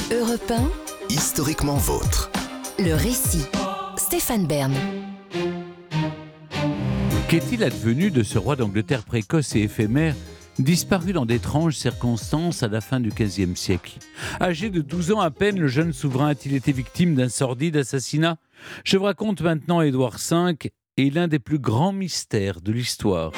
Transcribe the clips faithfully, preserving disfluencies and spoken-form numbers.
Europe un, Historiquement vôtre. le récit. Stéphane Bern. Qu'est-il advenu de ce roi d'Angleterre précoce et éphémère, disparu dans d'étranges circonstances à la fin du quinzième siècle ? Âgé de douze ans à peine, le jeune souverain a-t-il été victime d'un sordide assassinat ? Je vous raconte maintenant Édouard cinq et l'un des plus grands mystères de l'histoire.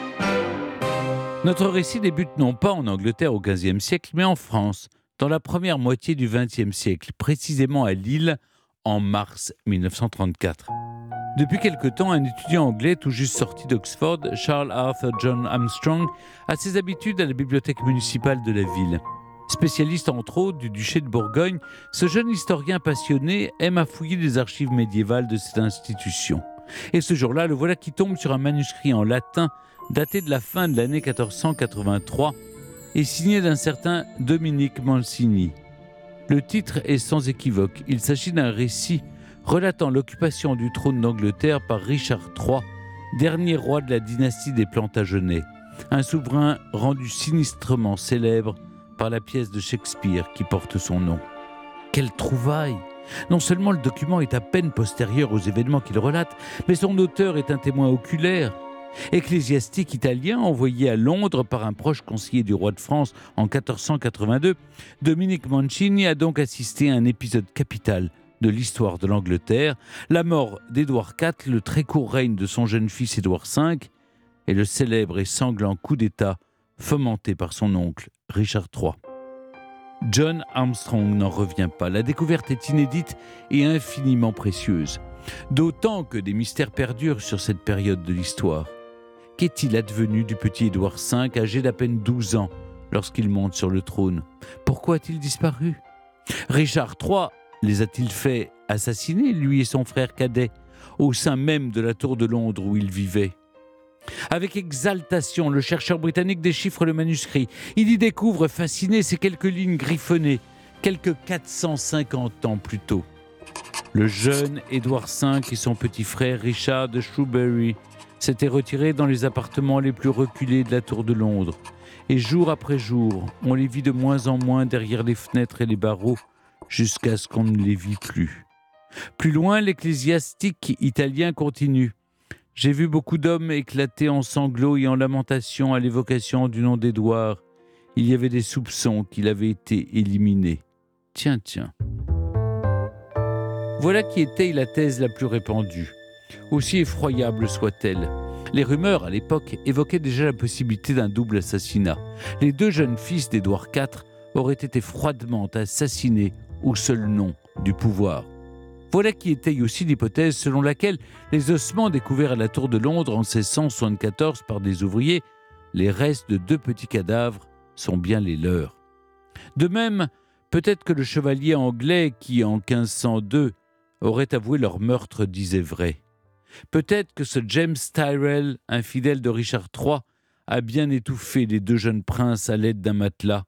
Notre récit débute non pas en Angleterre au quinzième siècle, mais en France, dans la première moitié du vingtième siècle, précisément à Lille, en mars mille neuf cent trente-quatre. Depuis quelque temps, un étudiant anglais tout juste sorti d'Oxford, Charles Arthur John Armstrong, a ses habitudes à la bibliothèque municipale de la ville. Spécialiste entre autres du duché de Bourgogne, ce jeune historien passionné aime à fouiller les archives médiévales de cette institution. Et ce jour-là, le voilà qui tombe sur un manuscrit en latin daté de la fin de l'année quatorze cent quatre-vingt-trois et signé d'un certain Dominique Mancini. Le titre est sans équivoque. Il s'agit d'un récit relatant l'occupation du trône d'Angleterre par Richard trois, dernier roi de la dynastie des Plantagenets, un souverain rendu sinistrement célèbre par la pièce de Shakespeare qui porte son nom. Quelle trouvaille ! Non seulement le document est à peine postérieur aux événements qu'il relate, mais son auteur est un témoin oculaire. Ecclésiastique italien envoyé à Londres par un proche conseiller du roi de France en quatorze cent quatre-vingt-deux, Dominique Mancini a donc assisté à un épisode capital de l'histoire de l'Angleterre, la mort d'Édouard quatre, le très court règne de son jeune fils Édouard cinq et le célèbre et sanglant coup d'État fomenté par son oncle Richard trois. John Armstrong n'en revient pas. La découverte est inédite et infiniment précieuse. D'autant que des mystères perdurent sur cette période de l'histoire. Qu'est-il advenu du petit Édouard cinq, âgé d'à peine douze ans, lorsqu'il monte sur le trône ? Pourquoi a-t-il disparu ? Richard trois les a-t-il fait assassiner, lui et son frère cadet, au sein même de la tour de Londres où ils vivaient ? Avec exaltation, le chercheur britannique déchiffre le manuscrit. Il y découvre, fasciné, ces quelques lignes griffonnées, quelques quatre cent cinquante ans plus tôt. Le jeune Édouard cinq et son petit frère Richard de Shrewsbury s'étaient retirés dans les appartements les plus reculés de la tour de Londres. Et jour après jour, on les vit de moins en moins derrière les fenêtres et les barreaux, jusqu'à ce qu'on ne les vit plus. Plus loin, l'ecclésiastique italien continue. « J'ai vu beaucoup d'hommes éclater en sanglots et en lamentations à l'évocation du nom d'Édouard. Il y avait des soupçons qu'il avait été éliminé. » Tiens, tiens. Voilà qui était la thèse la plus répandue, aussi effroyable soit-elle. Les rumeurs, à l'époque, évoquaient déjà la possibilité d'un double assassinat. Les deux jeunes fils d'Édouard quatre auraient été froidement assassinés au seul nom du pouvoir. Voilà qui étaye aussi l'hypothèse selon laquelle les ossements découverts à la tour de Londres en seize cent soixante-quatorze par des ouvriers, les restes de deux petits cadavres, sont bien les leurs. De même, peut-être que le chevalier anglais qui, en quinze cent deux, aurait avoué leur meurtre disait vrai. Peut-être que ce James Tyrrell, infidèle de Richard trois, a bien étouffé les deux jeunes princes à l'aide d'un matelas.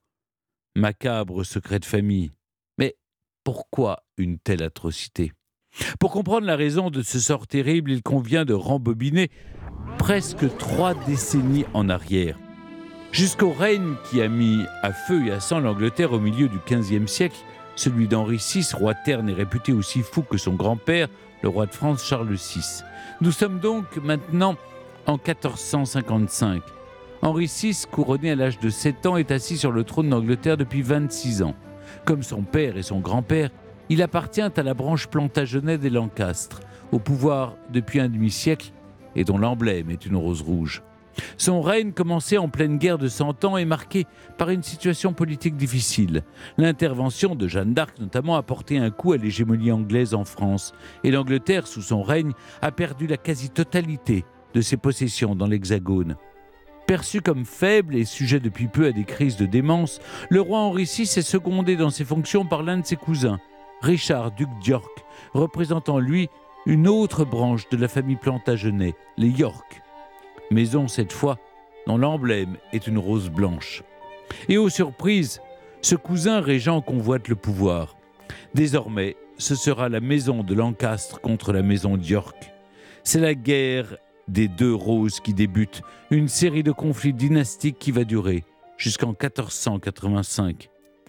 Macabre secret de famille. Mais pourquoi une telle atrocité ? Pour comprendre la raison de ce sort terrible, il convient de rembobiner presque trois décennies en arrière. Jusqu'au règne qui a mis à feu et à sang l'Angleterre au milieu du quinzième siècle, celui d'Henri six, roi terne et réputé aussi fou que son grand-père, le roi de France Charles six. Nous sommes donc maintenant en quatorze cent cinquante-cinq. Henri six, couronné à l'âge de sept ans, est assis sur le trône d'Angleterre depuis vingt-six ans. Comme son père et son grand-père, il appartient à la branche Plantagenet des Lancastre, au pouvoir depuis un demi-siècle et dont l'emblème est une rose rouge. Son règne, commencé en pleine guerre de Cent Ans, est marqué par une situation politique difficile. L'intervention de Jeanne d'Arc, notamment, a porté un coup à l'hégémonie anglaise en France. Et l'Angleterre, sous son règne, a perdu la quasi-totalité de ses possessions dans l'Hexagone. Perçu comme faible et sujet depuis peu à des crises de démence, le roi Henri six est secondé dans ses fonctions par l'un de ses cousins, Richard, duc d'York, représentant lui une autre branche de la famille Plantagenet, les York. Maison cette fois dont l'emblème est une rose blanche. Et aux surprises, ce cousin régent convoite le pouvoir. Désormais, ce sera la maison de Lancastre contre la maison d'York. C'est la guerre des deux roses qui débute, une série de conflits dynastiques qui va durer jusqu'en quatorze cent quatre-vingt-cinq.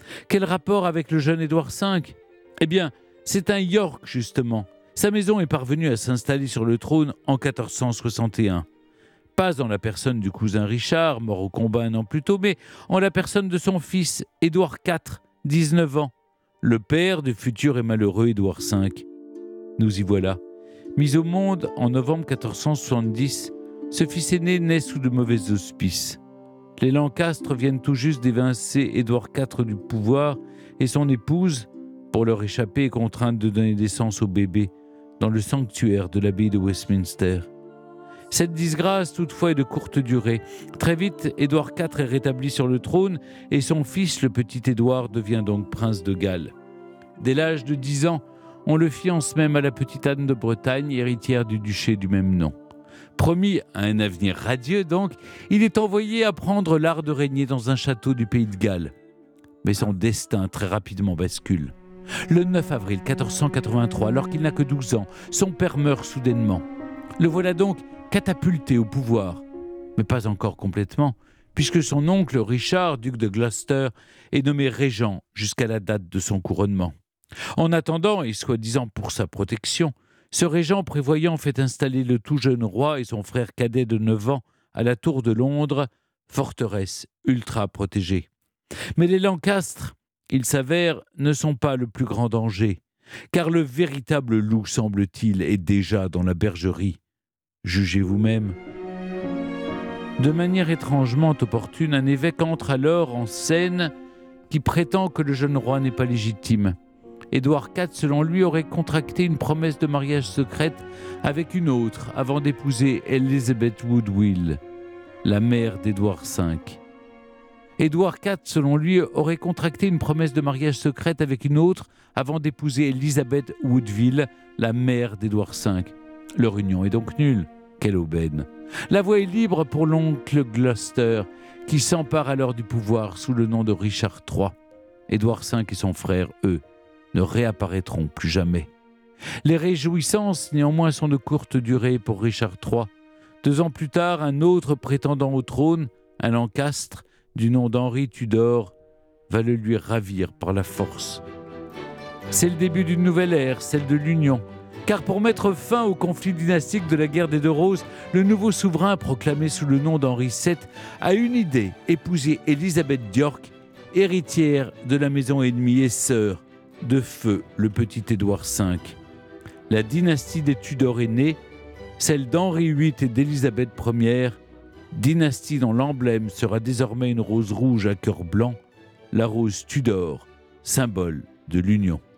Quel rapport avec le jeune Édouard cinq ? Eh bien, c'est un York, justement. Sa maison est parvenue à s'installer sur le trône en quatorze cent soixante et un. Pas dans la personne du cousin Richard, mort au combat un an plus tôt, mais en la personne de son fils, Édouard quatre, dix-neuf ans, le père du futur et malheureux Édouard cinq. Nous y voilà. Mis au monde en novembre quatorze cent soixante-dix, ce fils aîné naît sous de mauvais auspices. Les Lancastre viennent tout juste d'évincer Édouard quatre du pouvoir et son épouse, pour leur échapper, est contrainte de donner naissance au bébé dans le sanctuaire de l'abbaye de Westminster. Cette disgrâce, toutefois, est de courte durée. Très vite, Édouard quatre est rétabli sur le trône et son fils, le petit Édouard, devient donc prince de Galles. Dès l'âge de dix ans, on le fiance même à la petite Anne de Bretagne, héritière du duché du même nom. Promis à un avenir radieux donc, il est envoyé apprendre l'art de régner dans un château du pays de Galles. Mais son destin très rapidement bascule. Le neuf avril quatorze cent quatre-vingt-trois, alors qu'il n'a que douze ans, son père meurt soudainement. Le voilà donc catapulté au pouvoir, mais pas encore complètement, puisque son oncle Richard, duc de Gloucester, est nommé régent jusqu'à la date de son couronnement. En attendant, et soi-disant pour sa protection, ce régent prévoyant fait installer le tout jeune roi et son frère cadet de neuf ans à la tour de Londres, forteresse ultra protégée. Mais les Lancastre, il s'avère, ne sont pas le plus grand danger, car le véritable loup, semble-t-il, est déjà dans la bergerie. Jugez vous-même. De manière étrangement opportune, un évêque entre alors en scène qui prétend que le jeune roi n'est pas légitime. Édouard quatre, selon lui, aurait contracté une promesse de mariage secrète avec une autre avant d'épouser Elizabeth Woodville, la mère d'Édouard cinq. Édouard quatre, selon lui, aurait contracté une promesse de mariage secrète avec une autre avant d'épouser Elizabeth Woodville, la mère d'Édouard cinq. Leur union est donc nulle. Quelle aubaine! La voie est libre pour l'oncle Gloucester, qui s'empare alors du pouvoir sous le nom de Richard trois. Édouard cinq et son frère, eux, ne réapparaîtront plus jamais. Les réjouissances, néanmoins, sont de courte durée pour Richard trois. Deux ans plus tard, un autre prétendant au trône, un Lancastre, du nom d'Henri Tudor, va le lui ravir par la force. C'est le début d'une nouvelle ère, celle de l'union. Car pour mettre fin au conflit dynastique de la guerre des Deux Roses, le nouveau souverain, proclamé sous le nom d'Henri sept, a une idée, épouser Élisabeth d'York, héritière de la maison ennemie et sœur de feu le petit Édouard cinq. La dynastie des Tudors est née, celle d'Henri huit et d'Élisabeth première, dynastie dont l'emblème sera désormais une rose rouge à cœur blanc, la rose Tudor, symbole de l'union.